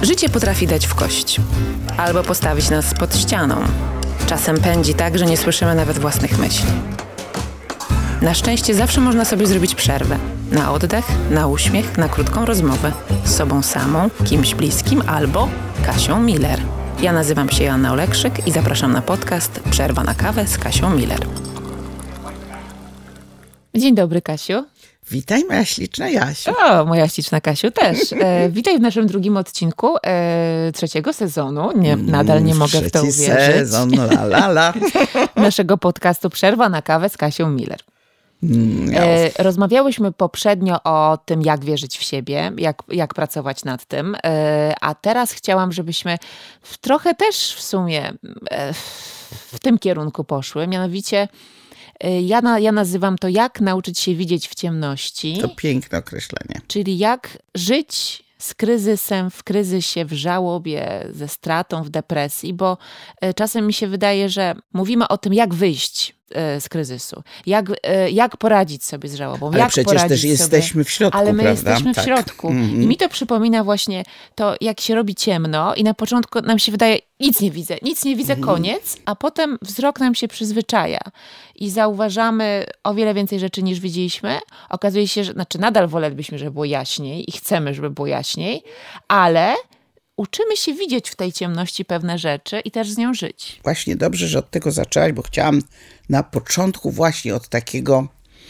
Życie potrafi dać w kość albo postawić nas pod ścianą. Czasem pędzi tak, że nie słyszymy nawet własnych myśli. Na szczęście zawsze można sobie zrobić przerwę. Na oddech, na uśmiech, na krótką rozmowę z sobą samą, kimś bliskim albo Kasią Miller. Ja nazywam się Joanna Olekszyk i zapraszam na podcast Przerwa na kawę z Kasią Miller. Dzień dobry, Kasiu. Witaj, moja śliczna Jasiu. O, moja śliczna Kasiu też. Witaj w naszym drugim odcinku trzeciego sezonu. Nadal nie mogę w to uwierzyć. Sezon, la. Naszego podcastu Przerwa na kawę z Kasią Miller. Rozmawiałyśmy poprzednio o tym, jak wierzyć w siebie, jak pracować nad tym, a teraz chciałam, żebyśmy trochę też w sumie w tym kierunku poszły, mianowicie ja nazywam to, jak nauczyć się widzieć w ciemności. To piękne określenie. Czyli jak żyć z kryzysem, w kryzysie, w żałobie, ze stratą, w depresji, bo czasem mi się wydaje, że mówimy o tym, jak wyjść z kryzysu, jak poradzić sobie z żałobą. Ale jak przecież też jesteśmy w środku, ale my prawda? jesteśmy w środku. I mi to przypomina właśnie to, jak się robi ciemno i na początku nam się wydaje, nic nie widzę, koniec, a potem wzrok nam się przyzwyczaja i zauważamy o wiele więcej rzeczy, niż widzieliśmy. Okazuje się, że nadal wolelibyśmy, żeby było jaśniej i chcemy, żeby było jaśniej, ale uczymy się widzieć w tej ciemności pewne rzeczy i też z nią żyć. Właśnie dobrze, że od tego zaczęłaś, bo chciałam na początku właśnie od takiego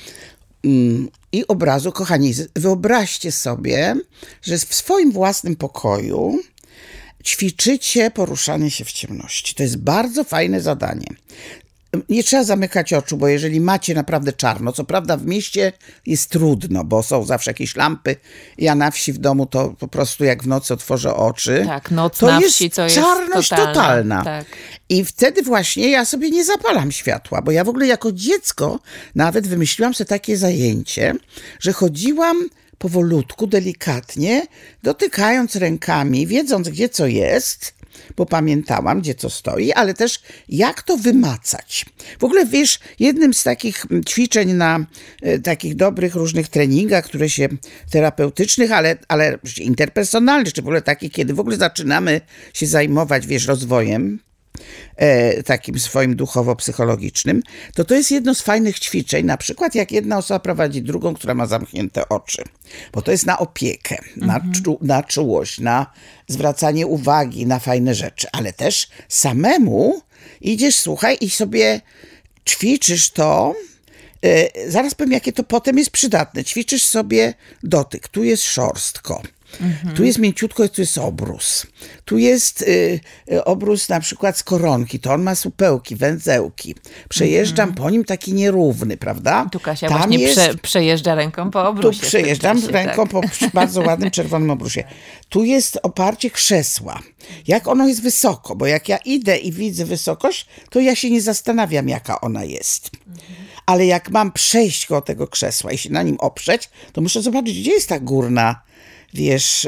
i obrazu. Kochani, wyobraźcie sobie, że w swoim własnym pokoju ćwiczycie poruszanie się w ciemności. To jest bardzo fajne zadanie. Nie trzeba zamykać oczu, bo jeżeli macie naprawdę czarno, co prawda w mieście jest trudno, bo są zawsze jakieś lampy. Ja na wsi w domu to po prostu jak w nocy otworzę oczy. Tak, noc na wsi to jest czarność totalna. Tak. I wtedy właśnie ja sobie nie zapalam światła, bo ja w ogóle jako dziecko nawet wymyśliłam sobie takie zajęcie, że chodziłam powolutku, delikatnie, dotykając rękami, wiedząc gdzie co jest, bo pamiętałam, gdzie co stoi, ale też jak to wymacać. W ogóle wiesz, jednym z takich ćwiczeń na takich dobrych różnych treningach, które się terapeutycznych, ale interpersonalnych, czy w ogóle takich, kiedy w ogóle zaczynamy się zajmować, wiesz, rozwojem, takim swoim duchowo-psychologicznym, to jest jedno z fajnych ćwiczeń, na przykład jak jedna osoba prowadzi drugą, która ma zamknięte oczy, bo to jest na opiekę, na czułość, na zwracanie uwagi na fajne rzeczy, ale też samemu idziesz, słuchaj, i sobie ćwiczysz to, zaraz powiem, jakie to potem jest przydatne, ćwiczysz sobie dotyk, tu jest szorstko, tu jest mięciutko, tu jest obrus. Tu jest obrus na przykład z koronki, to on ma supełki, węzełki. Przejeżdżam po nim taki nierówny, prawda? Tu Kasia tam właśnie przejeżdża ręką po obrusie. Tu przejeżdżam ręką po bardzo ładnym czerwonym obrusie. Tu jest oparcie krzesła. Jak ono jest wysoko, bo jak ja idę i widzę wysokość, to ja się nie zastanawiam, jaka ona jest. Ale jak mam przejść koło tego krzesła i się na nim oprzeć, to muszę zobaczyć, gdzie jest ta górna, wiesz,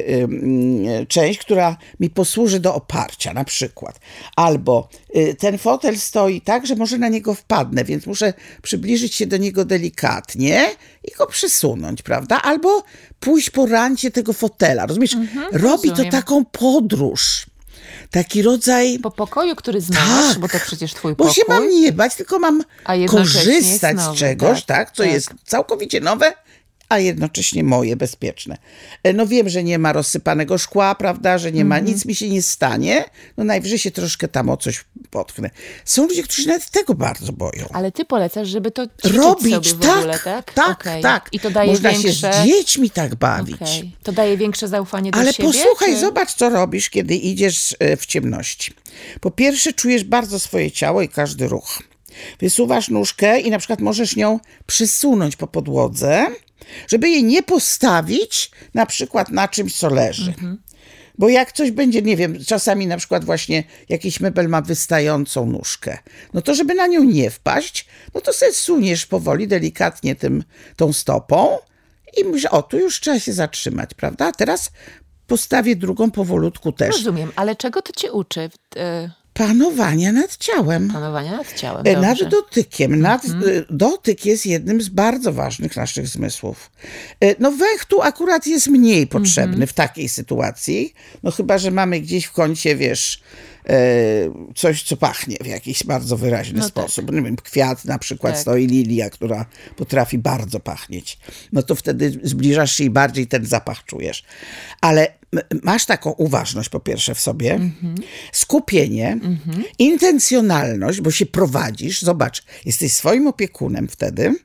część, która mi posłuży do oparcia na przykład. Albo ten fotel stoi tak, że może na niego wpadnę, więc muszę przybliżyć się do niego delikatnie i go przesunąć, prawda? Albo pójść po rancie tego fotela, rozumiesz? Robi to taką podróż. Taki rodzaj... Po pokoju, który znasz, tak, bo to przecież twój pokój. Bo się mam nie bać, tylko mam korzystać z czegoś, co jest całkowicie nowe, a jednocześnie moje, bezpieczne. No wiem, że nie ma rozsypanego szkła, prawda, że nie ma, nic mi się nie stanie, no najwyżej się troszkę tam o coś potknę. Są ludzie, którzy się nawet tego bardzo boją. Ale ty polecasz, żeby to ćwiczyć robić, sobie w ogóle, tak? Tak. I to daje można większe... się z dziećmi tak bawić. Okay. To daje większe zaufanie do siebie? Ale posłuchaj, zobacz, co robisz, kiedy idziesz w ciemności. Po pierwsze, czujesz bardzo swoje ciało i każdy ruch. Wysuwasz nóżkę i na przykład możesz nią przesunąć po podłodze, żeby jej nie postawić na przykład na czymś, co leży. Bo jak coś będzie, nie wiem, czasami na przykład właśnie jakiś mebel ma wystającą nóżkę, no to żeby na nią nie wpaść, no to sobie suniesz powoli, delikatnie tą stopą i myślisz, tu już trzeba się zatrzymać, prawda? A teraz postawię drugą powolutku też. Rozumiem, ale czego to cię uczy? panowania nad ciałem. Panowania nad ciałem, Nad dobrze. dotykiem. Dotyk jest jednym z bardzo ważnych naszych zmysłów. No węch tu akurat jest mniej potrzebny w takiej sytuacji. No chyba, że mamy gdzieś w kącie, wiesz, coś, co pachnie w jakiś bardzo wyraźny sposób. Nie wiem, kwiat na przykład stoi, lilia, która potrafi bardzo pachnieć. No to wtedy zbliżasz się i bardziej ten zapach czujesz. Ale masz taką uważność po pierwsze w sobie, skupienie, intencjonalność, bo się prowadzisz. Zobacz, jesteś swoim opiekunem wtedy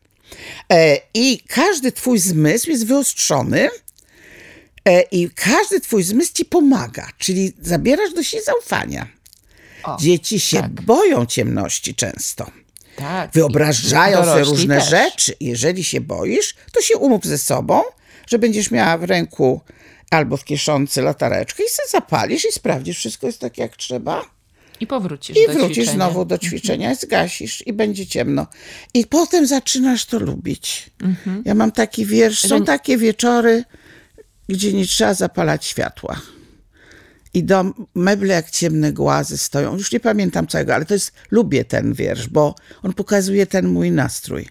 i każdy twój zmysł jest wyostrzony i każdy twój zmysł ci pomaga, czyli zabierasz do siebie zaufania. Dzieci się boją ciemności często. Tak. Wyobrażają sobie różne też. rzeczy. Jeżeli się boisz, to się umów ze sobą, że będziesz miała w ręku albo w kieszonce latareczkę i sobie zapalisz i sprawdzisz, wszystko jest tak jak trzeba. I powrócisz I do wrócisz ćwiczenia. znowu do ćwiczenia, zgasisz i będzie ciemno. I potem zaczynasz to lubić. Ja mam taki wiersz, są takie wieczory, gdzie nie trzeba zapalać światła. I meble jak ciemne głazy stoją. Już nie pamiętam całego, ale lubię ten wiersz, bo on pokazuje ten mój nastrój.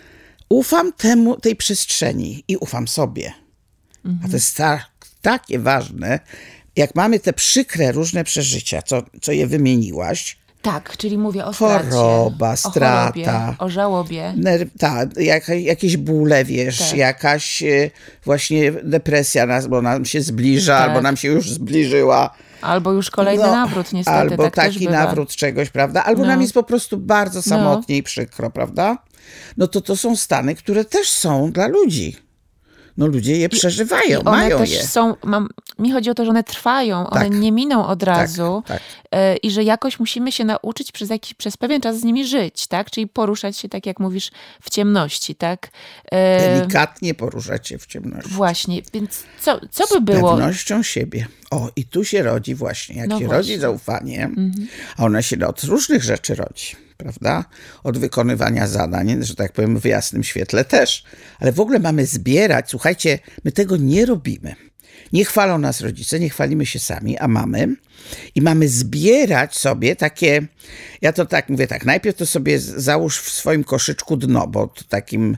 Ufam tej przestrzeni i ufam sobie. A to jest takie ważne, jak mamy te przykre różne przeżycia, co je wymieniłaś. Tak, czyli mówię o stracie, Choroba, strata. o chorobie, o żałobie. Jakieś bóle, wiesz, jakaś właśnie depresja, bo nam się zbliża, albo nam się już zbliżyła. Albo już kolejny nawrót, niestety. Albo tak taki też bywa. nawrót czegoś, prawda? Albo nam jest po prostu bardzo samotnie i przykro, prawda? No to są stany, które też są dla ludzi. No ludzie je przeżywają, I one mają też je. mi chodzi o to, że one trwają, one nie miną od razu tak. I że jakoś musimy się nauczyć przez pewien czas z nimi żyć, tak? Czyli poruszać się, tak jak mówisz, w ciemności, tak? Delikatnie poruszać się w ciemności. Właśnie, więc co by było? Z pewnością siebie. I tu się rodzi właśnie, jak się rodzi zaufanie, a ona się od różnych rzeczy rodzi, prawda? Od wykonywania zadań, że tak powiem, w jasnym świetle też. Ale w ogóle mamy zbierać, słuchajcie, my tego nie robimy. Nie chwalą nas rodzice, nie chwalimy się sami, a mamy. I mamy zbierać sobie takie, ja to tak mówię tak, najpierw to sobie załóż w swoim koszyczku dno, bo to takim,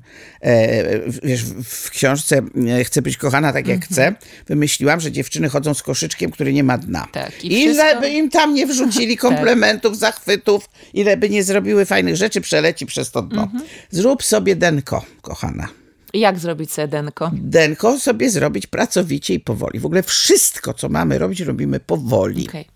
wiesz, w książce Chcę być kochana tak jak chcę, wymyśliłam, że dziewczyny chodzą z koszyczkiem, który nie ma dna. Tak, ile by im tam nie wrzucili komplementów, zachwytów, ile by nie zrobiły fajnych rzeczy, przeleci przez to dno. Zrób sobie denko, kochana. Jak zrobić sobie denko? Denko sobie zrobić pracowicie i powoli. W ogóle wszystko, co mamy robić, robimy powoli. Okay.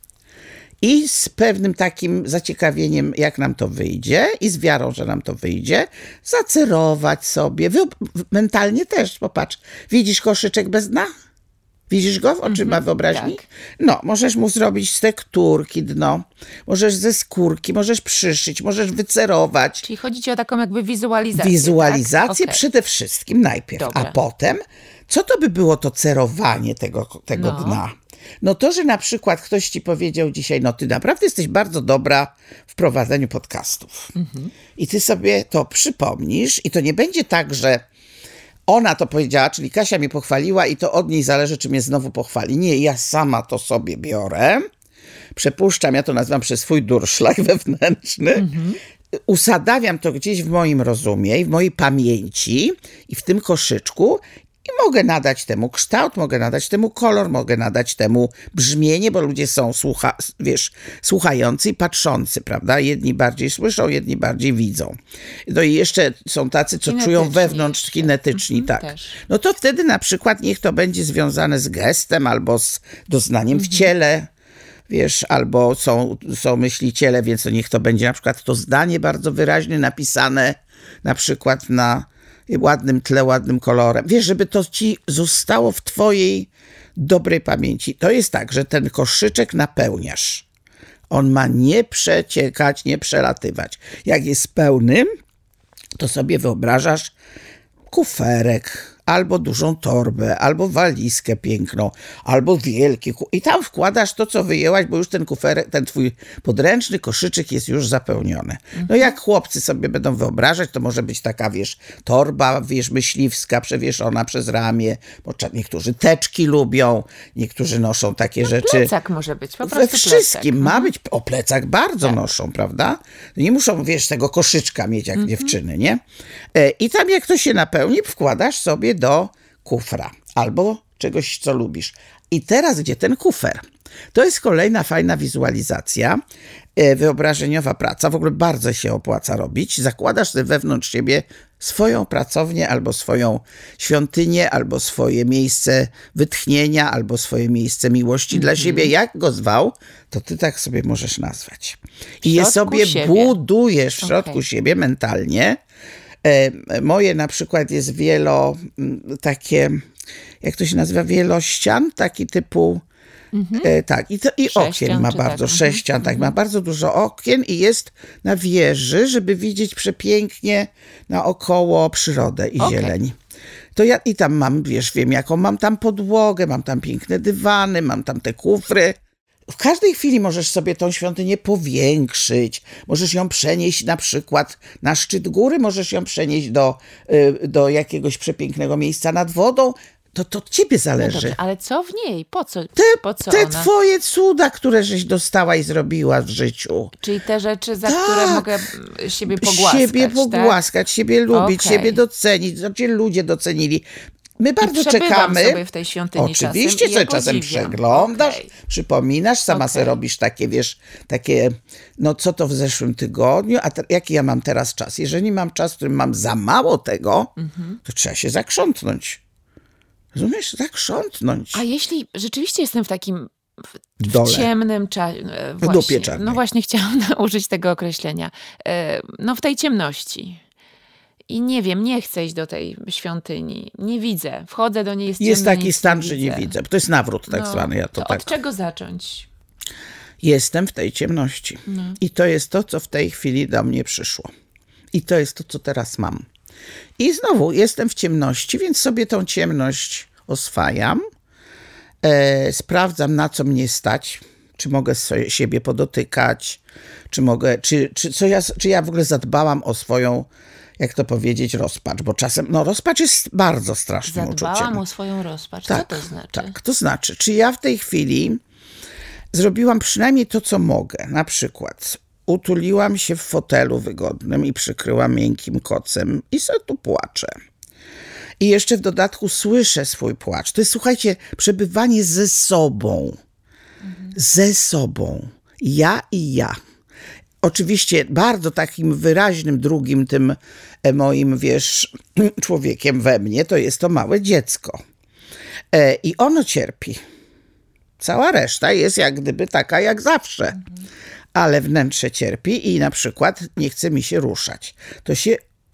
I z pewnym takim zaciekawieniem, jak nam to wyjdzie i z wiarą, że nam to wyjdzie, zacerować sobie. Mentalnie też, popatrz. Widzisz koszyczek bez dna? Widzisz go oczyma wyobraźni? Tak. No, możesz mu zrobić z tekturki dno, możesz ze skórki, możesz przyszyć, możesz wycerować. Czyli chodzi ci o taką jakby wizualizację. Wizualizację tak? przede wszystkim najpierw, Dobra. a potem, co to by było to cerowanie tego dna? No to, że na przykład ktoś ci powiedział dzisiaj, no ty naprawdę jesteś bardzo dobra w prowadzeniu podcastów. I ty sobie to przypomnisz i to nie będzie tak, że ona to powiedziała, czyli Kasia mnie pochwaliła i to od niej zależy, czy mnie znowu pochwali. Nie, ja sama to sobie biorę, przepuszczam, ja to nazywam przez swój durszlak wewnętrzny, usadawiam to gdzieś w moim rozumie i w mojej pamięci i w tym koszyczku i mogę nadać temu kształt, mogę nadać temu kolor, mogę nadać temu brzmienie, bo ludzie są słuchający i patrzący, prawda? Jedni bardziej słyszą, jedni bardziej widzą. No i jeszcze są tacy, co czują wewnątrz, kinetyczni, tak. Też. No to wtedy na przykład niech to będzie związane z gestem albo z doznaniem w ciele, wiesz, albo są myśliciele, więc to niech to będzie na przykład to zdanie bardzo wyraźnie napisane na przykład na ładnym tle, ładnym kolorem. Wiesz, żeby to ci zostało w twojej dobrej pamięci. To jest tak, że ten koszyczek napełniasz. On ma nie przeciekać, nie przelatywać. Jak jest pełny, to sobie wyobrażasz kuferek albo dużą torbę, albo walizkę piękną, albo wielki i tam wkładasz to, co wyjęłaś, bo już ten kuferek, ten twój podręczny koszyczek jest już zapełniony. No jak chłopcy sobie będą wyobrażać, to może być taka, wiesz, torba, wiesz, myśliwska, przewieszona przez ramię, bo niektórzy teczki lubią, niektórzy noszą takie rzeczy. Plecak może być, po prostu We wszystkim plecak. ma być, o plecak bardzo noszą, prawda? Nie muszą, wiesz, tego koszyczka mieć jak dziewczyny, nie? I tam jak to się napełni, wkładasz sobie do kufra albo czegoś, co lubisz. I teraz gdzie ten kufer? To jest kolejna fajna wizualizacja, wyobrażeniowa praca. W ogóle bardzo się opłaca robić. Zakładasz sobie wewnątrz siebie swoją pracownię, albo swoją świątynię, albo swoje miejsce wytchnienia, albo swoje miejsce miłości dla siebie. Jak go zwał, to ty tak sobie możesz nazwać. I je sobie budujesz w środku siebie mentalnie. Moje na przykład jest takie, jak to się nazywa, wielościan, taki typu, tak, i okien ma bardzo, tak. Sześcian, tak, ma bardzo dużo okien i jest na wieży, żeby widzieć przepięknie naokoło przyrodę i zieleń. To ja i tam mam, wiesz, wiem jaką mam tam podłogę, mam tam piękne dywany, mam tam te kufry. W każdej chwili możesz sobie tą świątynię powiększyć, możesz ją przenieść na przykład na szczyt góry, możesz ją przenieść do jakiegoś przepięknego miejsca nad wodą. To od ciebie zależy. No dobrze, ale co w niej? Po co Te ona? twoje cuda, które żeś dostała i zrobiła w życiu. Czyli te rzeczy, za które mogę siebie pogłaskać. Siebie pogłaskać, tak? siebie lubić, siebie docenić, co cię ludzie docenili. My bardzo czekamy. Sobie w tej świątyni oczywiście, co czasem przeglądasz, przypominasz, sama sobie robisz takie, wiesz, takie, no co to w zeszłym tygodniu, a jaki ja mam teraz czas? Jeżeli mam czas, w którym mam za mało tego, to trzeba się zakrzątnąć. Rozumiesz? Zakrzątnąć. A jeśli rzeczywiście jestem w takim ciemnym czasie, w dupie czarnej. No właśnie chciałam użyć tego określenia, no w tej ciemności. I nie wiem, nie chcę iść do tej świątyni. Nie widzę. Wchodzę do niej, jest taki stan, że nie widzę. To jest nawrót tak zwany. Ja to tak. Od czego zacząć? Jestem w tej ciemności. I to jest to, co w tej chwili do mnie przyszło. I to jest to, co teraz mam. I znowu jestem w ciemności, więc sobie tą ciemność oswajam. Sprawdzam, na co mnie stać. Czy mogę siebie podotykać. Czy ja w ogóle zadbałam o swoją, jak to powiedzieć, rozpacz, bo czasem, rozpacz jest bardzo strasznym uczuciem. Zadbałam o swoją rozpacz. Tak, co to znaczy? Tak, to znaczy, czy ja w tej chwili zrobiłam przynajmniej to, co mogę. Na przykład utuliłam się w fotelu wygodnym i przykryłam miękkim kocem i sobie tu płaczę. I jeszcze w dodatku słyszę swój płacz. To jest, słuchajcie, przebywanie ze sobą. Ze sobą. Ja i ja. Oczywiście bardzo takim wyraźnym drugim tym moim, wiesz, człowiekiem we mnie to jest to małe dziecko. I ono cierpi. Cała reszta jest jak gdyby taka jak zawsze. Ale wnętrze cierpi i na przykład nie chce mi się ruszać. To się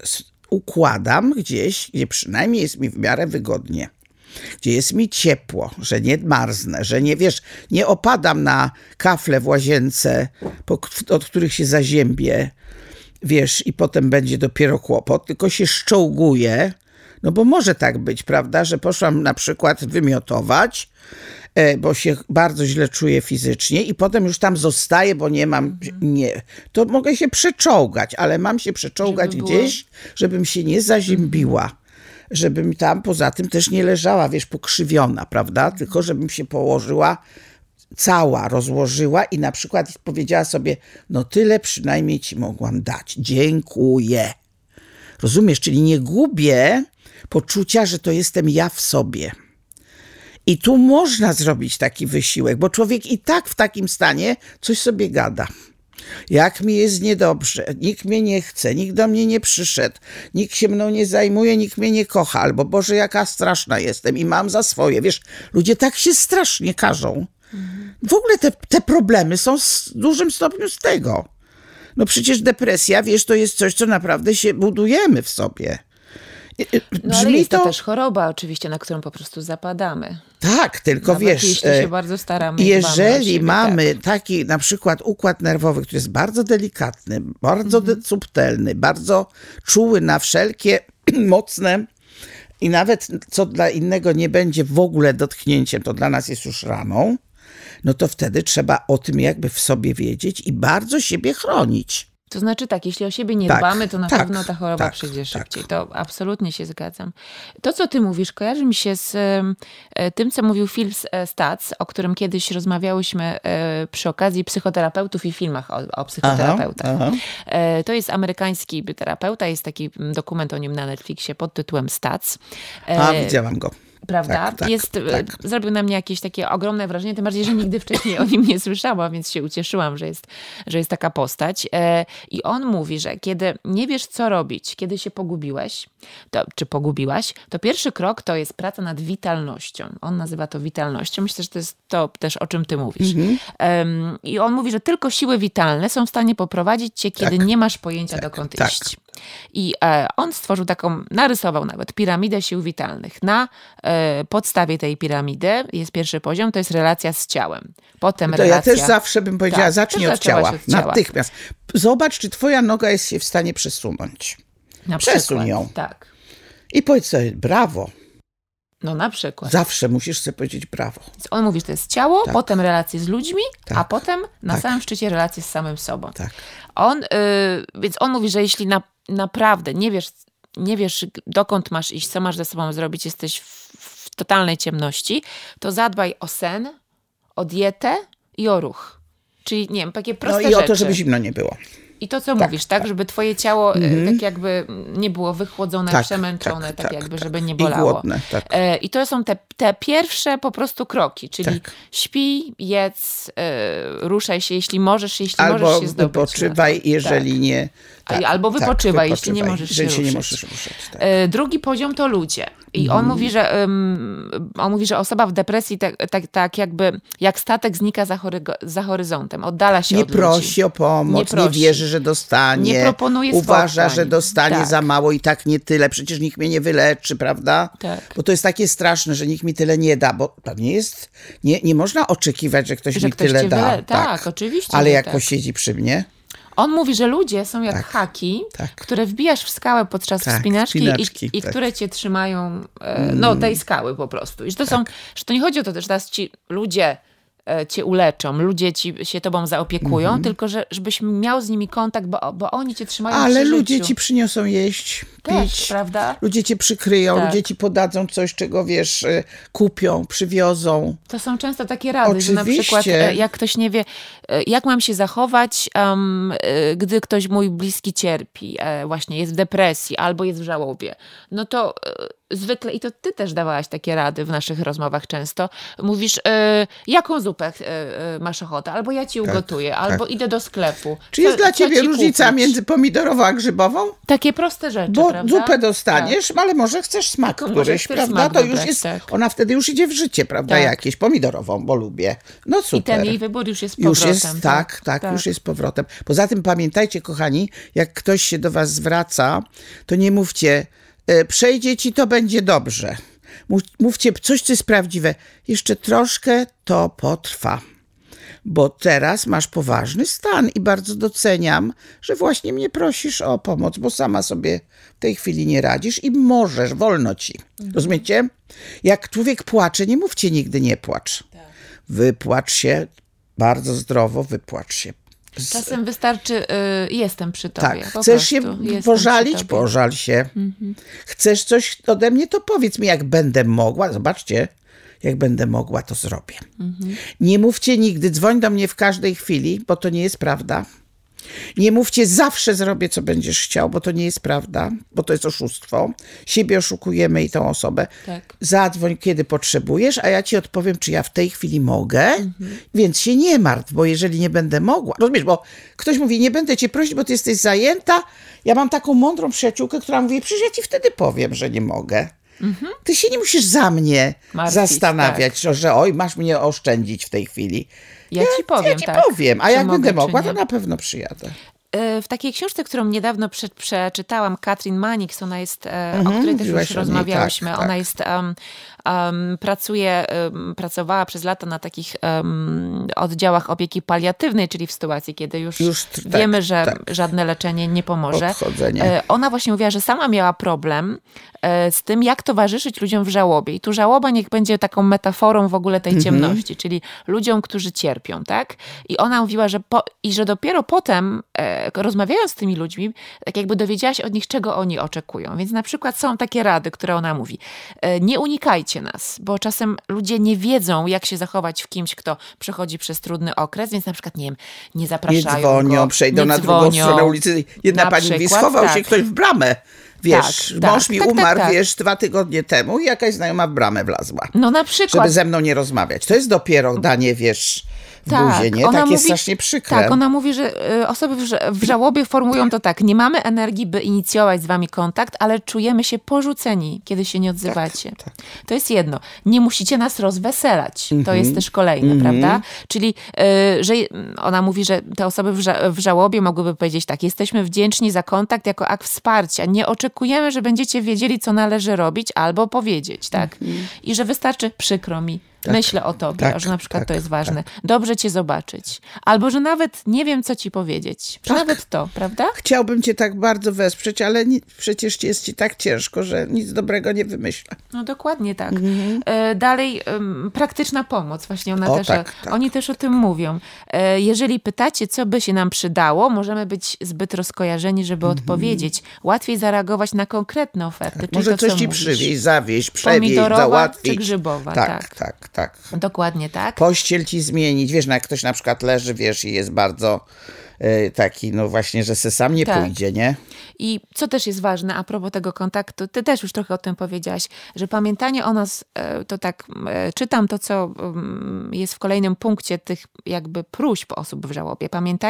układam gdzieś, gdzie przynajmniej jest mi w miarę wygodnie. Gdzie jest mi ciepło, że nie marznę, że nie, wiesz, nie opadam na kafle w łazience, od których się zaziębię, wiesz, i potem będzie dopiero kłopot, tylko się szczołguję, no bo może tak być, prawda, że poszłam na przykład wymiotować, bo się bardzo źle czuję fizycznie i potem już tam zostaję, bo nie mam, to mogę się przeczołgać, ale mam się przeczołgać gdzieś, żebym się nie zaziębiła. Żebym tam poza tym też nie leżała, wiesz, pokrzywiona, prawda? Tylko żebym się położyła cała, rozłożyła i na przykład powiedziała sobie, no tyle przynajmniej ci mogłam dać. Dziękuję. Rozumiesz? Czyli nie gubię poczucia, że to jestem ja w sobie. I tu można zrobić taki wysiłek, bo człowiek i tak w takim stanie coś sobie gada. Jak mi jest niedobrze, nikt mnie nie chce, nikt do mnie nie przyszedł, nikt się mną nie zajmuje, nikt mnie nie kocha, albo Boże, jaka straszna jestem i mam za swoje. Wiesz, ludzie tak się strasznie karzą. W ogóle te problemy są w dużym stopniu z tego. No przecież depresja, wiesz, to jest coś, co naprawdę się budujemy w sobie. No ale jest to też choroba oczywiście, na którą po prostu zapadamy. Tak, tylko nawet wiesz, jeśli się bardzo staramy. Jeżeli siebie, mamy taki na przykład układ nerwowy, który jest bardzo delikatny, bardzo subtelny, bardzo czuły na wszelkie mocne I nawet co dla innego nie będzie w ogóle dotknięciem, to dla nas jest już raną, no to wtedy trzeba o tym jakby w sobie wiedzieć i bardzo siebie chronić. To znaczy tak, jeśli o siebie nie dbamy, to na pewno ta choroba przyjdzie szybciej. To absolutnie się zgadzam. To, co ty mówisz, kojarzy mi się z tym, co mówił Phil Stutz, o którym kiedyś rozmawiałyśmy przy okazji psychoterapeutów i filmach o psychoterapeutach. To jest amerykański terapeuta, jest taki dokument o nim na Netflixie pod tytułem Stutz. Widziałam go. Prawda? Zrobił na mnie jakieś takie ogromne wrażenie, tym bardziej, że nigdy wcześniej o nim nie słyszałam, więc się ucieszyłam, że jest taka postać. I on mówi, że kiedy nie wiesz, co robić, kiedy się pogubiłeś, czy pogubiłaś, to pierwszy krok to jest praca nad witalnością. On nazywa to witalnością. Myślę, że to jest to też, o czym ty mówisz. I on mówi, że tylko siły witalne są w stanie poprowadzić cię, kiedy nie masz pojęcia, dokąd iść. I on stworzył narysował nawet piramidę sił witalnych. Na podstawie tej piramidy jest pierwszy poziom, to jest relacja z ciałem. Potem to relacja... Ja też zawsze bym powiedziała, zacznij od ciała. Natychmiast. Zobacz, czy twoja noga jest się w stanie przesunąć. Przesuń ją. Tak. I powiedz sobie brawo. No na przykład. Zawsze musisz sobie powiedzieć brawo. Więc on mówi, że to jest ciało, potem relacje z ludźmi, a potem na samym szczycie relacje z samym sobą. Tak. Więc on mówi, że jeśli naprawdę nie wiesz, dokąd masz iść, co masz ze sobą zrobić, jesteś w totalnej ciemności, to zadbaj o sen, o dietę i o ruch. Czyli, nie wiem, takie proste rzeczy. No i o to, żeby zimno nie było. I to, co mówisz, tak? Żeby twoje ciało tak jakby nie było wychłodzone, przemęczone, tak jakby, żeby nie bolało. I głodne, I to są te pierwsze po prostu kroki, czyli śpij, jedz, ruszaj się, jeśli możesz się zdobyć. Wypoczywaj, jeżeli nie. Albo wypoczywaj, jeśli nie możesz się ruszyć. Drugi poziom to ludzie. I on mówi, że osoba w depresji tak jakby jak statek znika za horyzontem, oddala się od ludzi. Nie prosi o pomoc, nie wierzy, że dostanie. Nie proponuje uważa, spotkań. że dostanie za mało i tak nie tyle. Przecież nikt mnie nie wyleczy, prawda? Tak. Bo to jest takie straszne, że nikt mi tyle nie da, bo to nie jest, nie można oczekiwać, że ktoś mi tyle da. Tak, oczywiście. Ale jak posiedzi przy mnie. On mówi, że ludzie są jak haki, które wbijasz w skałę podczas wspinaczki i które cię trzymają tej skały po prostu. I że że to nie chodzi o to, że teraz ci ludzie cię uleczą, ludzie się tobą zaopiekują, tylko żebyś miał z nimi kontakt, bo oni cię trzymają Ale przy ludzie życiu. ci przyniosą jeść, pić, prawda? Ludzie cię przykryją, ludzie ci podadzą coś, czego wiesz, kupią, przywiozą. To są często takie rady, że na przykład jak ktoś nie wie, jak mam się zachować, gdy ktoś mój bliski cierpi, właśnie jest w depresji albo jest w żałobie, no to zwykle, i to ty też dawałaś takie rady w naszych rozmowach często, mówisz, jaką zupę masz ochotę, albo ja ci ugotuję, albo idę do sklepu. Czy jest dla ciebie różnica między pomidorową a grzybową? Takie proste rzeczy, bo prawda? Zupę dostaniesz, ale może chcesz smak któryś, prawda? To już jest, ona wtedy już idzie w życie, prawda? Jakieś pomidorową, bo lubię. No super. I ten jej wybór już jest powrotem. Już jest powrotem. Poza tym pamiętajcie, kochani, jak ktoś się do was zwraca, to nie mówcie, przejdzie ci, to będzie dobrze. Mówcie coś, co jest prawdziwe. Jeszcze troszkę to potrwa. Bo teraz masz poważny stan i bardzo doceniam, że właśnie mnie prosisz o pomoc, bo sama sobie w tej chwili nie radzisz i możesz, wolno ci. Rozumiecie? Jak człowiek płacze, nie mówcie nigdy nie płacz. Wypłacz się, bardzo zdrowo wypłacz się. Czasem wystarczy, jestem przy tobie. Tak, chcesz się pożalić? Pożal się. Chcesz coś ode mnie? To powiedz mi, jak będę mogła. Zobaczcie, jak będę mogła, to zrobię. Nie mówcie nigdy, dzwoń do mnie w każdej chwili, bo to nie jest prawda. Nie mówcie, zawsze zrobię, co będziesz chciał, bo to nie jest prawda, bo to jest oszustwo. Siebie oszukujemy i tą osobę. Zadzwoń, kiedy potrzebujesz, a ja ci odpowiem, czy ja w tej chwili mogę, więc się nie martw, bo jeżeli nie będę mogła, rozumiesz, bo ktoś mówi, nie będę cię prosić, bo ty jesteś zajęta. Ja mam taką mądrą przyjaciółkę, która mówi, przecież ja ci wtedy powiem, że nie mogę. Ty się nie musisz za mnie zastanawiać, że oj, masz mnie oszczędzić w tej chwili. Ja ci powiem, a jak będę mogła, to na pewno przyjadę. W takiej książce, którą niedawno przeczytałam, Katrin Mannix, ona jest, o której też już rozmawiałyśmy, ona jest pracowała przez lata na takich oddziałach opieki paliatywnej, czyli w sytuacji, kiedy już wiemy, że żadne leczenie nie pomoże. Ona właśnie mówiła, że sama miała problem z tym, jak towarzyszyć ludziom w żałobie. I tu żałoba niech będzie taką metaforą w ogóle tej ciemności, czyli ludziom, którzy cierpią, tak? I ona mówiła, że dopiero potem, rozmawiając z tymi ludźmi, tak jakby dowiedziała się od nich, czego oni oczekują. Więc na przykład są takie rady, które ona mówi. Nie unikajcie nas, bo czasem ludzie nie wiedzą, jak się zachować w kimś, kto przechodzi przez trudny okres, więc na przykład, nie wiem, nie zapraszają nie dzwonią, przejdą na drugą stronę ulicy. Jedna pani mówi, schował się ktoś w bramę. Wiesz, mąż mi umarł, wiesz, 2 tygodnie temu i jakaś znajoma w bramę wlazła. No na przykład. Żeby ze mną nie rozmawiać. To jest dopiero danie, wiesz, w buzie, nie? Takie mówi, strasznie przykre. Tak, ona mówi, że osoby w żałobie formułują to tak. Nie mamy energii, by inicjować z wami kontakt, ale czujemy się porzuceni, kiedy się nie odzywacie. Tak. To jest jedno. Nie musicie nas rozweselać. To jest też kolejne, prawda? Czyli, że ona mówi, że te osoby w żałobie mogłyby powiedzieć tak. Jesteśmy wdzięczni za kontakt jako akt wsparcia. Nie oczekujemy, że będziecie wiedzieli, co należy robić albo powiedzieć, tak? I że wystarczy, przykro mi. Myślę o tobie, że na przykład to jest ważne. Dobrze cię zobaczyć. Albo, że nawet nie wiem, co ci powiedzieć. Że nawet to, prawda? Chciałbym cię tak bardzo wesprzeć, ale przecież jest ci tak ciężko, że nic dobrego nie wymyślę. No dokładnie tak. Dalej, praktyczna pomoc. Właśnie ona też, oni też o tym mówią. Jeżeli pytacie, co by się nam przydało, możemy być zbyt rozkojarzeni, żeby odpowiedzieć. Łatwiej zareagować na konkretne oferty. Czyli może to, coś ci przywieźć, zawieźć, przewieźć, załatwić. Czy grzybowa. Tak. Dokładnie tak. Pościel ci zmienić. Wiesz, jak ktoś na przykład leży, wiesz, i jest bardzo taki, no właśnie, że se sam nie pójdzie, nie? I co też jest ważne, a propos tego kontaktu, ty też już trochę o tym powiedziałaś, że pamiętanie o nas, to tak, czytam to, co jest w kolejnym punkcie tych jakby próśb osób w żałobie.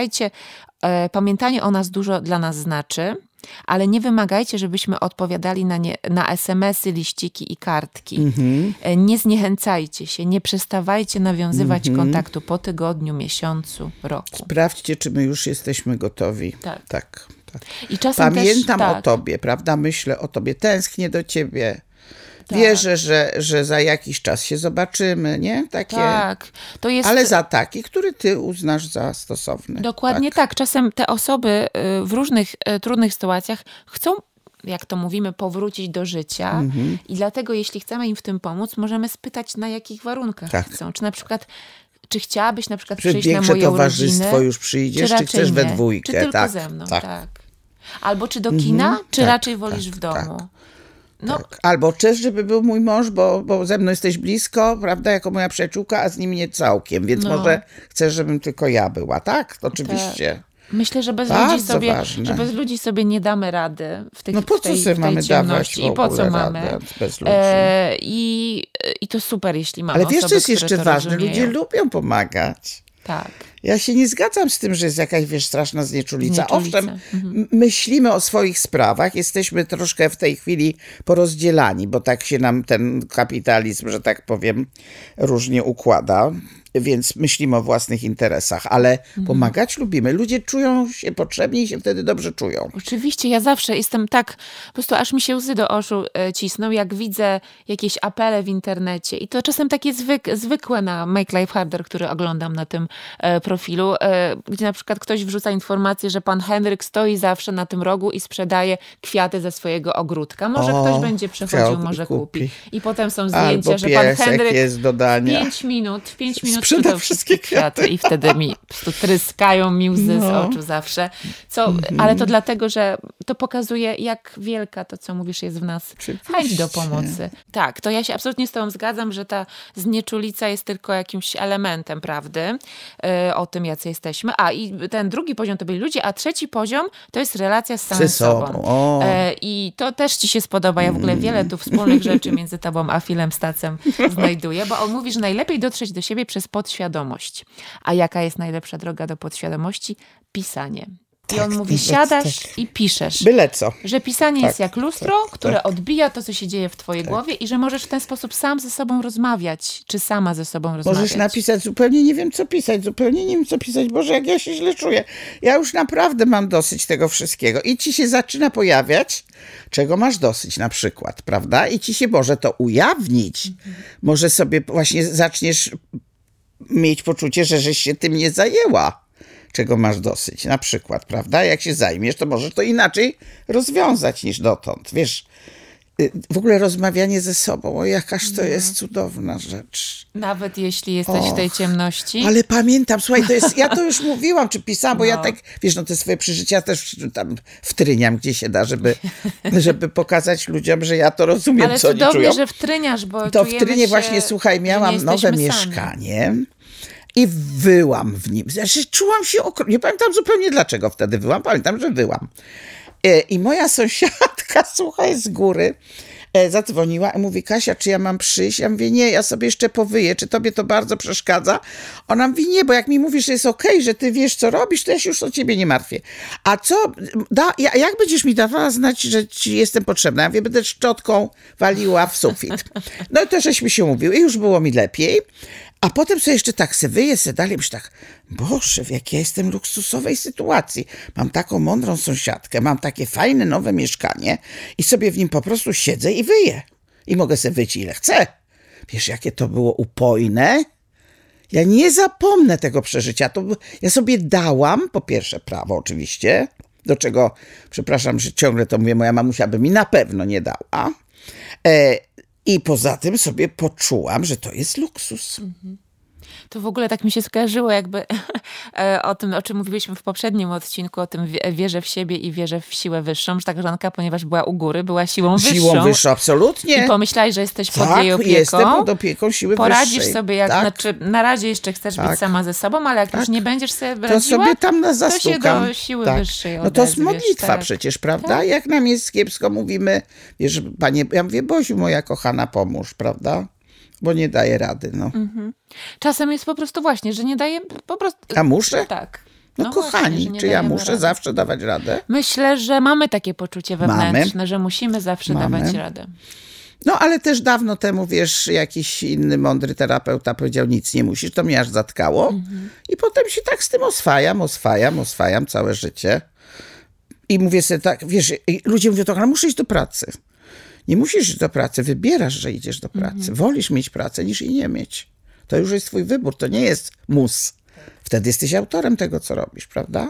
Pamiętanie o nas dużo dla nas znaczy, ale nie wymagajcie, żebyśmy odpowiadali na SMS-y, liściki i kartki. Nie zniechęcajcie się, nie przestawajcie nawiązywać kontaktu po tygodniu, miesiącu, roku. Sprawdźcie, czy my już jesteśmy gotowi. Tak. I czasem pamiętam o tobie, prawda? Myślę o tobie, tęsknię do ciebie. Wierzę, że za jakiś czas się zobaczymy, nie? Takie, to jest... ale za taki, który ty uznasz za stosowny. Dokładnie tak. Czasem te osoby w różnych trudnych sytuacjach chcą, jak to mówimy, powrócić do życia i dlatego jeśli chcemy im w tym pomóc, możemy spytać, na jakich warunkach chcą. Czy na przykład... Czy chciałabyś na przykład przyjść na moją towarzystwo rodzinę? już przyjdziesz, czy chcesz we dwójkę? Czy tylko ze mną, Albo czy do kina, czy raczej wolisz w domu? Albo chcesz, żeby był mój mąż, bo ze mną jesteś blisko, prawda, jako moja przyjaciółka, a z nim nie całkiem, więc może chcesz, żebym tylko ja była, tak? Oczywiście. Myślę, że bez ludzi sobie nie damy rady w tej po co sobie mamy dawać i po co mamy bez ludzi? I to super, jeśli mamy ale osoby, wiesz, co jest jeszcze ważne? rozumieją. Ludzie lubią pomagać. Tak. Ja się nie zgadzam z tym, że jest jakaś, wiesz, straszna znieczulica. Owszem, myślimy o swoich sprawach, jesteśmy troszkę w tej chwili porozdzielani, bo tak się nam ten kapitalizm, że tak powiem, różnie układa. Więc myślimy o własnych interesach, ale pomagać lubimy. Ludzie czują się potrzebni i się wtedy dobrze czują. Oczywiście, ja zawsze jestem tak, po prostu aż mi się łzy do oczu cisną, jak widzę jakieś apele w internecie i to czasem takie zwykłe na Make Life Harder, który oglądam na tym profilu, gdzie na przykład ktoś wrzuca informację, że pan Henryk stoi zawsze na tym rogu i sprzedaje kwiaty ze swojego ogródka. Może ktoś będzie przechodził, może kupi. I potem są zdjęcia, albo że pan Henryk jest do dania. 5 minut sprzeda wszystkie kwiaty. I wtedy mi po prostu tryskają mi łzy z oczu zawsze. Ale to dlatego, że to pokazuje, jak wielka to, co mówisz, jest w nas chęć do pomocy. Tak, to ja się absolutnie z tobą zgadzam, że ta znieczulica jest tylko jakimś elementem prawdy o tym, jacy jesteśmy. I ten drugi poziom to byli ludzie, a trzeci poziom to jest relacja z samym sobą. I to też ci się spodoba. Ja w ogóle wiele tu wspólnych rzeczy między tobą a Philem Stacem znajduję, bo on mówi, że najlepiej dotrzeć do siebie przez podświadomość. A jaka jest najlepsza droga do podświadomości? Pisanie. I on mówi, siadasz i piszesz. Byle co. Że pisanie jest jak lustro, które odbija to, co się dzieje w twojej głowie i że możesz w ten sposób sam ze sobą rozmawiać, czy sama ze sobą rozmawiać. Możesz napisać, zupełnie nie wiem, co pisać, zupełnie nie wiem, co pisać. Boże, jak ja się źle czuję. Ja już naprawdę mam dosyć tego wszystkiego. I ci się zaczyna pojawiać, czego masz dosyć na przykład, prawda? I ci się może to ujawnić. Może sobie właśnie zaczniesz mieć poczucie, że żeś się tym nie zajęła. Czego masz dosyć, na przykład, prawda? Jak się zajmiesz, to możesz to inaczej rozwiązać niż dotąd. Wiesz, w ogóle rozmawianie ze sobą, o jakaż to jest cudowna rzecz. Nawet jeśli jesteś w tej ciemności. Ale pamiętam, słuchaj, ja to już mówiłam, czy pisałam, bo ja tak, wiesz, te swoje przeżycia też tam wtryniam, gdzie się da, żeby pokazać ludziom, że ja to rozumiem, ale co oni czują. Ale cudownie, że wtryniasz, bo to wtrynie właśnie, słuchaj, miałam nowe mieszkanie. I wyłam w nim. Znaczy, czułam się okropnie. Nie pamiętam zupełnie dlaczego wtedy wyłam. Pamiętam, że wyłam. I moja sąsiadka, słuchaj, z góry zadzwoniła i mówi, Kasia, czy ja mam przyjść? Ja mówię, nie, ja sobie jeszcze powyję. Czy tobie to bardzo przeszkadza? Ona mówi, nie, bo jak mi mówisz, że jest okej, że ty wiesz, co robisz, to ja się już o ciebie nie martwię. A co, jak będziesz mi dawała znać, że ci jestem potrzebna? Ja mówię, będę szczotką waliła w sufit. No i to żeśmy się mówiły i już było mi lepiej. A potem sobie jeszcze tak wyję dalej, myślę tak, Boże, w jakiej ja jestem luksusowej sytuacji. Mam taką mądrą sąsiadkę, mam takie fajne nowe mieszkanie i sobie w nim po prostu siedzę i wyję. I mogę sobie wyć ile chcę. Wiesz, jakie to było upojne? Ja nie zapomnę tego przeżycia. Ja sobie dałam, po pierwsze prawo oczywiście, do czego, przepraszam, że ciągle to mówię, moja mamusia by mi na pewno nie dała. I poza tym sobie poczułam, że to jest luksus. To w ogóle tak mi się skojarzyło jakby o tym, o czym mówiliśmy w poprzednim odcinku, o tym wierze w siebie i wierze w siłę wyższą, że ta koleżanka, ponieważ była u góry, była siłą wyższą. Siłą wyższą, absolutnie. I pomyślałeś, że jesteś pod jej opieką. Jestem pod opieką siły poradzisz wyższej. Sobie, znaczy na razie jeszcze chcesz być sama ze sobą, ale jak już nie będziesz sobie radziła, to sobie tam nas zastukam. To się do siły wyższej odezwiesz. No to jest modlitwa przecież, prawda? Tak. Jak nam jest kiepsko, mówimy, wiesz, Panie, ja mówię, Boziu, moja kochana, pomóż, prawda? Bo nie daje rady, no. Czasem jest po prostu właśnie, że nie daje po prostu... A muszę? Tak. No kochani, właśnie, czy ja muszę rady. Zawsze dawać radę? Myślę, że mamy takie poczucie wewnętrzne, że musimy zawsze dawać radę. No ale też dawno temu, wiesz, jakiś inny mądry terapeuta powiedział, nic nie musisz, to mnie aż zatkało. I potem się tak z tym oswajam całe życie. I mówię sobie tak, wiesz, ludzie mówią tak, ale muszę iść do pracy. Nie musisz iść do pracy, wybierasz, że idziesz do pracy. Wolisz mieć pracę, niż jej nie mieć. To już jest twój wybór, to nie jest mus. Wtedy jesteś autorem tego, co robisz, prawda?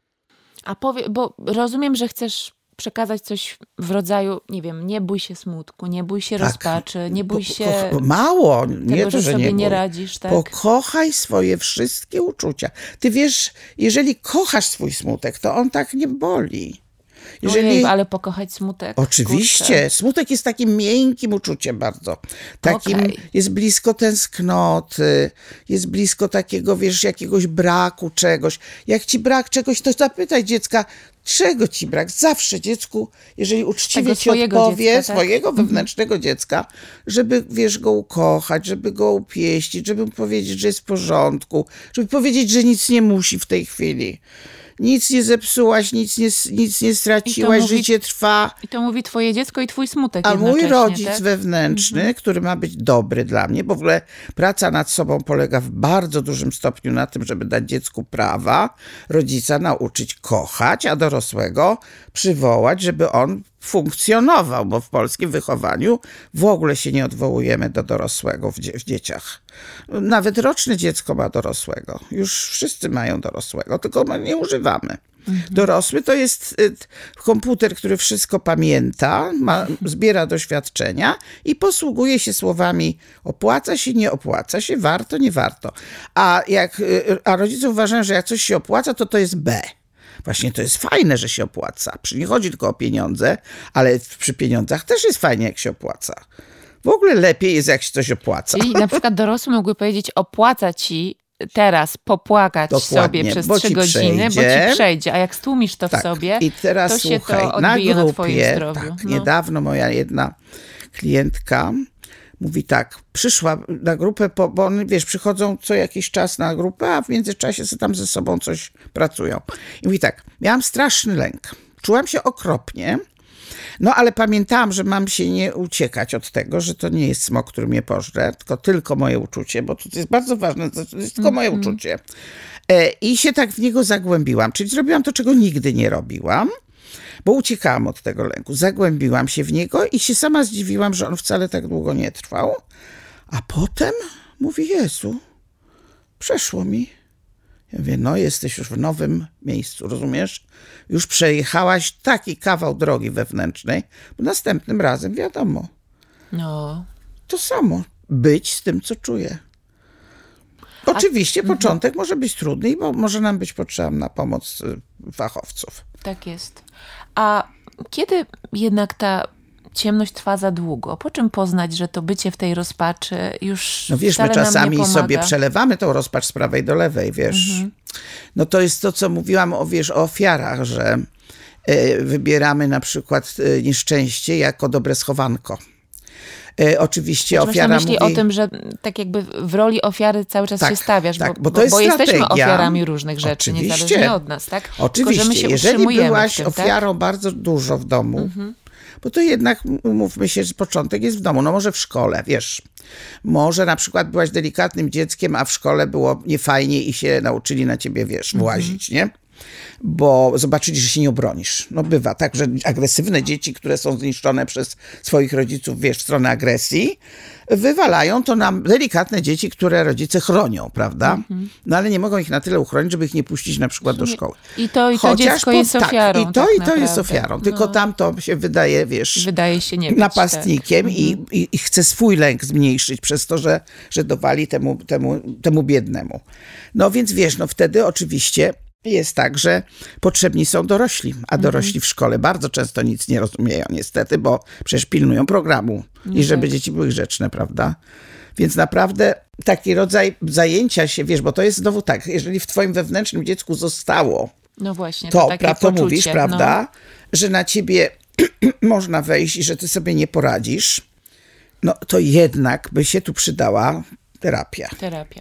A bo rozumiem, że chcesz przekazać coś w rodzaju, nie wiem, nie bój się smutku, nie bój się rozpaczy, nie bój się mało, tego, nie to, że sobie nie radzisz. Tak? Pokochaj swoje wszystkie uczucia. Ty wiesz, jeżeli kochasz swój smutek, to on tak nie boli. Ojej, ale pokochać smutek. Oczywiście. Kurczę. Smutek jest takim miękkim uczuciem bardzo. Takim jest blisko tęsknoty, jest blisko takiego, wiesz, jakiegoś braku czegoś. Jak ci brak czegoś, to zapytaj dziecka, czego ci brak? Zawsze dziecku, jeżeli uczciwie ci odpowie, dziecka, swojego wewnętrznego dziecka, żeby, wiesz, go ukochać, żeby go upieścić, żeby mu powiedzieć, że jest w porządku, żeby powiedzieć, że nic nie musi w tej chwili. Nic nie zepsułaś, nic nie straciłaś, życie trwa. I to mówi twoje dziecko i twój smutek. A mój rodzic wewnętrzny, który ma być dobry dla mnie, bo w ogóle praca nad sobą polega w bardzo dużym stopniu na tym, żeby dać dziecku prawa, rodzica nauczyć kochać, a dorosłego przywołać, żeby on funkcjonował, bo w polskim wychowaniu w ogóle się nie odwołujemy do dorosłego w dzieciach. Nawet roczne dziecko ma dorosłego. Już wszyscy mają dorosłego, tylko my nie używamy. Dorosły to jest komputer, który wszystko pamięta, zbiera doświadczenia i posługuje się słowami opłaca się, nie opłaca się, warto, nie warto. A rodzice uważają, że jak coś się opłaca, to jest B. Właśnie to jest fajne, że się opłaca. Nie chodzi tylko o pieniądze, ale przy pieniądzach też jest fajnie, jak się opłaca. W ogóle lepiej jest, jak się coś opłaca. Czyli na przykład dorosły mógłby powiedzieć, opłaca ci teraz popłakać sobie przez 3 godziny, bo ci przejdzie. A jak stłumisz to w sobie, i teraz, to słuchaj, się to odbije na twoim zdrowiu. Niedawno moja jedna klientka Mówi tak, przyszła na grupę, bo one, wiesz, przychodzą co jakiś czas na grupę, a w międzyczasie sobie tam ze sobą coś pracują. I mówi tak, miałam straszny lęk. Czułam się okropnie, no ale pamiętałam, że mam się nie uciekać od tego, że to nie jest smok, który mnie pożre, tylko moje uczucie, bo to jest bardzo ważne, to jest tylko moje uczucie. I się tak w niego zagłębiłam, czyli zrobiłam to, czego nigdy nie robiłam, bo uciekałam od tego lęku. Zagłębiłam się w niego i się sama zdziwiłam, że on wcale tak długo nie trwał. A potem mówi, Jezu, przeszło mi. Ja mówię, no jesteś już w nowym miejscu, rozumiesz? Już przejechałaś taki kawał drogi wewnętrznej, bo następnym razem wiadomo. No. To samo, być z tym, co czuję. Oczywiście początek może być trudny, bo może nam być potrzebna pomoc fachowców. Tak jest. A kiedy jednak ta ciemność trwa za długo? Po czym poznać, że to bycie w tej rozpaczy już no wiesz, wcale my nam nie czasami pomaga? sobie przelewamy tą rozpacz z prawej do lewej, wiesz. No to jest to, co mówiłam o ofiarach, że wybieramy na przykład nieszczęście jako dobre schowanko. Oczywiście ofiara myśli mówi... o tym, że tak jakby w roli ofiary cały czas się stawiasz, tak, bo to jest jesteśmy strategia. ofiarami różnych rzeczy, Oczywiście. niezależnie od nas, tak? Oczywiście, Tylko, że my się jeżeli byłaś w tym, ofiarą bardzo dużo w domu, bo to jednak, umówmy się, że początek jest w domu, no może w szkole, wiesz. Może na przykład byłaś delikatnym dzieckiem, a w szkole było niefajnie i się nauczyli na ciebie, wiesz, włazić, nie? Bo zobaczyli, że się nie obronisz. No bywa tak, że agresywne dzieci, które są zniszczone przez swoich rodziców, wiesz, w stronę agresji, wywalają to na delikatne dzieci, które rodzice chronią, prawda? No ale nie mogą ich na tyle uchronić, żeby ich nie puścić na przykład do szkoły. I to dziecko jest ofiarą. I to jest ofiarą. Tylko tam to się wydaje, wiesz, wydaje się nie być, napastnikiem tak. i chce swój lęk zmniejszyć przez to, że dowali temu biednemu. No więc wiesz, no wtedy oczywiście jest tak, że potrzebni są dorośli, a dorośli w szkole bardzo często nic nie rozumieją niestety, bo przecież pilnują programu i żeby dzieci były grzeczne, prawda? Więc naprawdę taki rodzaj zajęcia się, wiesz, bo to jest znowu tak, jeżeli w twoim wewnętrznym dziecku zostało no właśnie, to poczucie, mówisz, prawda, że na ciebie można wejść i że ty sobie nie poradzisz, no to jednak by się tu przydała terapia.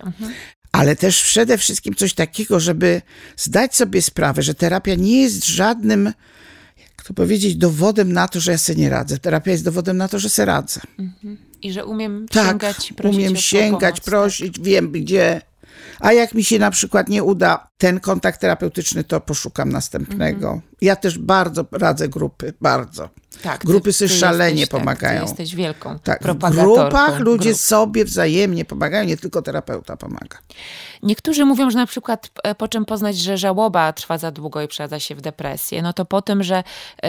Ale też przede wszystkim coś takiego, żeby zdać sobie sprawę, że terapia nie jest żadnym, jak to powiedzieć, dowodem na to, że ja sobie nie radzę. Terapia jest dowodem na to, że sobie radzę. I że umiem sięgać i prosić umiem sięgać, prosić, wiem gdzie. A jak mi się na przykład nie uda ten kontakt terapeutyczny, to poszukam następnego. Ja też bardzo radzę grupy, bardzo. Tak, grupy sobie szalenie pomagają. Ty jesteś wielką w propagatorką. grupach ludzie sobie wzajemnie pomagają, nie tylko terapeuta pomaga. Niektórzy mówią, że na przykład po czym poznać, że żałoba trwa za długo i przeradza się w depresję, no to po tym, że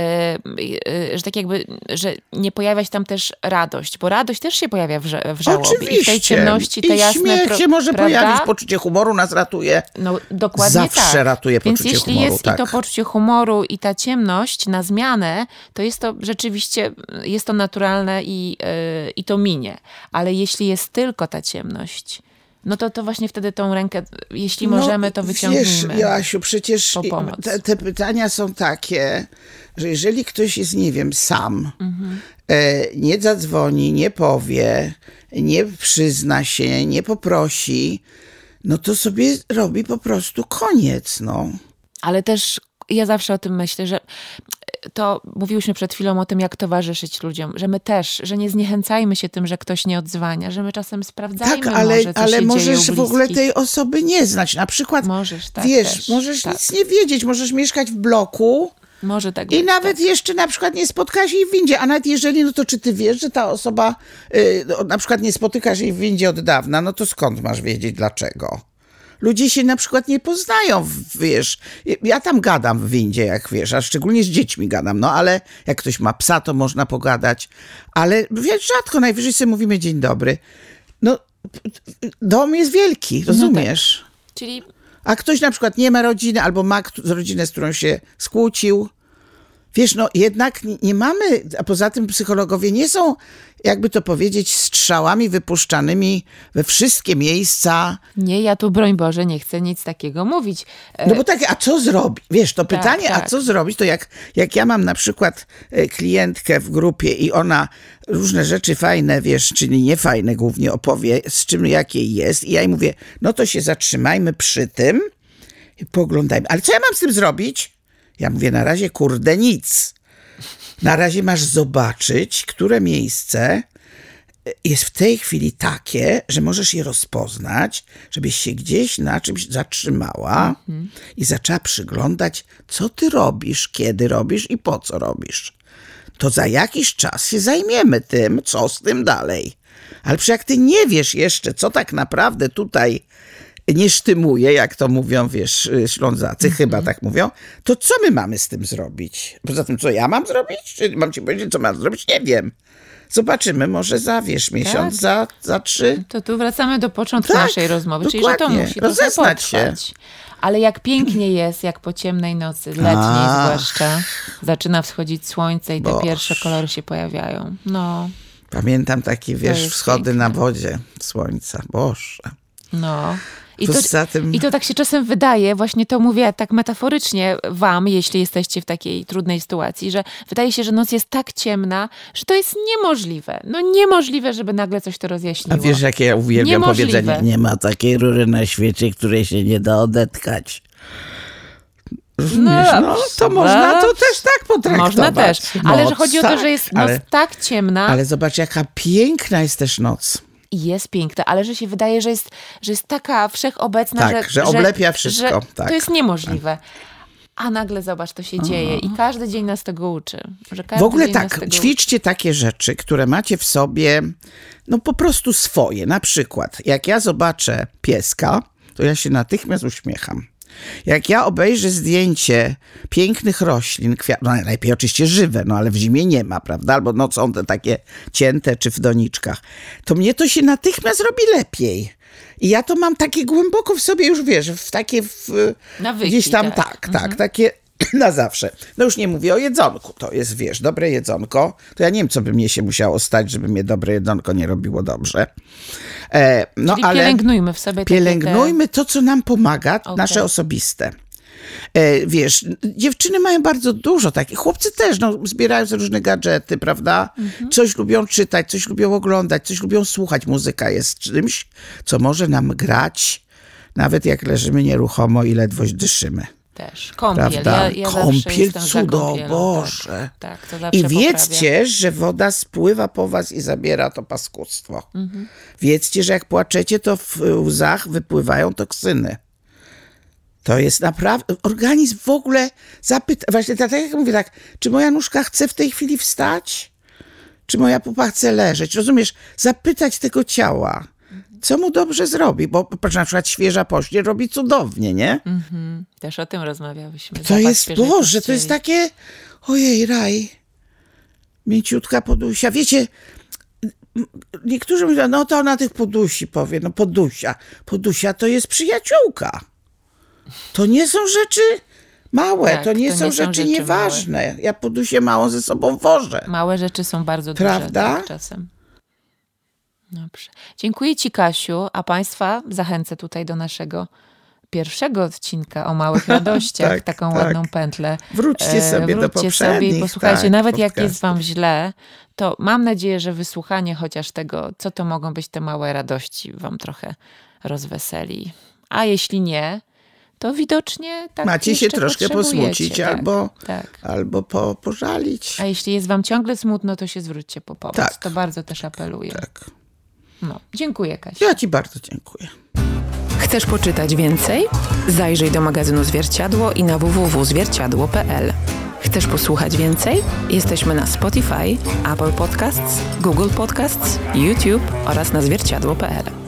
tak jakby, że nie pojawia się tam też radość, bo radość też się pojawia w żałobie. Oczywiście. I w tej ciemności te jasne... śmiech się może pojawić, poczucie humoru nas ratuje. No dokładnie Zawsze ratuje poczucie Więc jeśli humoru. jest i to poczucie humoru i ta ciemność na zmianę, to jest to rzeczywiście, jest to naturalne i to minie. Ale jeśli jest tylko ta ciemność, no to właśnie wtedy tą rękę, jeśli możemy, to wyciągnijmy. Wiesz, Joasiu, przecież te pytania są takie, że jeżeli ktoś jest, nie wiem, sam, nie zadzwoni, nie powie, nie przyzna się, nie poprosi, no to sobie robi po prostu koniec, no. Ale też ja zawsze o tym myślę, że to mówiłyśmy przed chwilą o tym, jak towarzyszyć ludziom, że my też, że nie zniechęcajmy się tym, że ktoś nie odzwania, że my czasem sprawdzajmy ale możesz w ogóle tej osoby nie znać. Na przykład, wiesz, możesz nic nie wiedzieć, możesz mieszkać w bloku może tak i nawet jeszcze na przykład nie spotkasz jej w windzie, a nawet jeżeli, no to czy ty wiesz, że ta osoba na przykład nie spotykasz jej w windzie od dawna, no to skąd masz wiedzieć dlaczego? Ludzie się na przykład nie poznają, wiesz. Ja tam gadam w windzie, jak wiesz, a szczególnie z dziećmi gadam, no ale jak ktoś ma psa, to można pogadać. Ale wiesz, rzadko, najwyżej sobie mówimy dzień dobry. No, dom jest wielki, rozumiesz? No tak. Czyli... A ktoś na przykład nie ma rodziny, albo ma rodzinę, z którą się skłócił, Wiesz, no jednak nie mamy, a poza tym psychologowie nie są, jakby to powiedzieć, strzałami wypuszczanymi we wszystkie miejsca. Nie, ja tu, broń Boże, nie chcę nic takiego mówić. No bo tak, a co zrobić? Wiesz, to pytanie, tak. A co zrobić, to jak ja mam na przykład klientkę w grupie i ona różne rzeczy fajne, wiesz, czyli niefajne głównie opowie, z czym jakiej jest i ja jej mówię, no to się zatrzymajmy przy tym i poglądajmy. Ale co ja mam z tym zrobić? Ja mówię, na razie kurde nic. Na razie masz zobaczyć, które miejsce jest w tej chwili takie, że możesz je rozpoznać, żebyś się gdzieś na czymś zatrzymała i zaczęła przyglądać, co ty robisz, kiedy robisz i po co robisz. To za jakiś czas się zajmiemy tym, co z tym dalej. Ale przecież jak ty nie wiesz jeszcze, co tak naprawdę tutaj nie sztymuje, jak to mówią, wiesz, Ślązacy, chyba tak mówią, to co my mamy z tym zrobić? Poza tym, co ja mam zrobić? Czy mam ci powiedzieć, co mam zrobić? Nie wiem. Zobaczymy, może za, wiesz, miesiąc, za 3. To tu wracamy do początku naszej rozmowy, czyli że to musi rozeznać się. Ale jak pięknie jest, jak po ciemnej nocy, letniej zwłaszcza, zaczyna wschodzić słońce i te pierwsze kolory się pojawiają. No. Pamiętam takie, wiesz, wschody piękne na wodzie słońca. Boże. No. I to tak się czasem wydaje, właśnie to mówię tak metaforycznie wam, jeśli jesteście w takiej trudnej sytuacji, że wydaje się, że noc jest tak ciemna, że to jest niemożliwe. No niemożliwe, żeby nagle coś to rozjaśniło. A wiesz, jakie ja uwielbiam powiedzenie? Nie ma takiej rury na świecie, której się nie da odetkać. Rozumiesz? No to można to też tak potraktować. Można też, ale że chodzi o to, że jest noc tak ciemna. Ale zobacz, jaka piękna jest też noc. I jest piękna, ale że się wydaje, że jest taka wszechobecna, że oblepia wszystko. Że to jest niemożliwe. A nagle zobacz, to się dzieje i każdy dzień nas tego uczy. W ogóle tak, ćwiczcie takie rzeczy, które macie w sobie, no po prostu swoje. Na przykład, jak ja zobaczę pieska, to ja się natychmiast uśmiecham. Jak ja obejrzę zdjęcie pięknych roślin, no najlepiej oczywiście żywe, no ale w zimie nie ma, prawda? Albo no są te takie cięte czy w doniczkach. To mnie to się natychmiast robi lepiej. I ja to mam takie głęboko w sobie już, wiesz, w takie nawyki, gdzieś tam tak, takie na zawsze. No już nie mówię o jedzonku. To jest, wiesz, dobre jedzonko. To ja nie wiem, co by mnie się musiało stać, żeby mnie dobre jedzonko nie robiło dobrze. No, czyli ale pielęgnujmy w sobie pielęgnujmy to, co nam pomaga, nasze osobiste. Wiesz, dziewczyny mają bardzo dużo takich, chłopcy też, no, zbierają sobie różne gadżety, prawda? Coś lubią czytać, coś lubią oglądać, coś lubią słuchać. Muzyka jest czymś, co może nam grać, nawet jak leżymy nieruchomo i ledwo dyszymy. Też. Kąpiel. Prawda? Ja kąpiel, cudo, Boże. Tak, to zawsze i wiedzcie, że woda spływa po was i zabiera to paskudztwo. Wiedzcie, że jak płaczecie, to w łzach wypływają toksyny. To jest naprawdę... Organizm w ogóle zapyta... Właśnie tak jak mówię, tak, czy moja nóżka chce w tej chwili wstać? Czy moja pupa chce leżeć? Rozumiesz? Zapytać tego ciała, co mu dobrze zrobi, bo na przykład świeża pościel robi cudownie, nie? Też o tym rozmawiałyśmy. To jest, Boże, to jest takie, ojej, raj, mięciutka podusia. Wiecie, niektórzy mówią, no to ona tych podusi powie, no podusia to jest przyjaciółka. To nie są rzeczy małe, tak, to nie są rzeczy nieważne. Małe. Ja podusię małą ze sobą wożę. Małe rzeczy są bardzo prawda? Duże tak, czasem. Dobrze. Dziękuję ci, Kasiu, a państwa zachęcę tutaj do naszego pierwszego odcinka o małych radościach, taką ładną pętlę. Wróćcie sobie do poprzednich. I posłuchajcie, nawet jak jest wam źle, to mam nadzieję, że wysłuchanie chociaż tego, co to mogą być te małe radości, wam trochę rozweseli. A jeśli nie, to widocznie tak macie się troszkę posmucić tak. albo pożalić. A jeśli jest wam ciągle smutno, to się zwróćcie po pomoc. Tak. To bardzo też apeluję. Tak. No, dziękuję, Kasia. Ja ci bardzo dziękuję. Chcesz poczytać więcej? Zajrzyj do magazynu Zwierciadło i na www.zwierciadło.pl. Chcesz posłuchać więcej? Jesteśmy na Spotify, Apple Podcasts, Google Podcasts, YouTube oraz na zwierciadło.pl.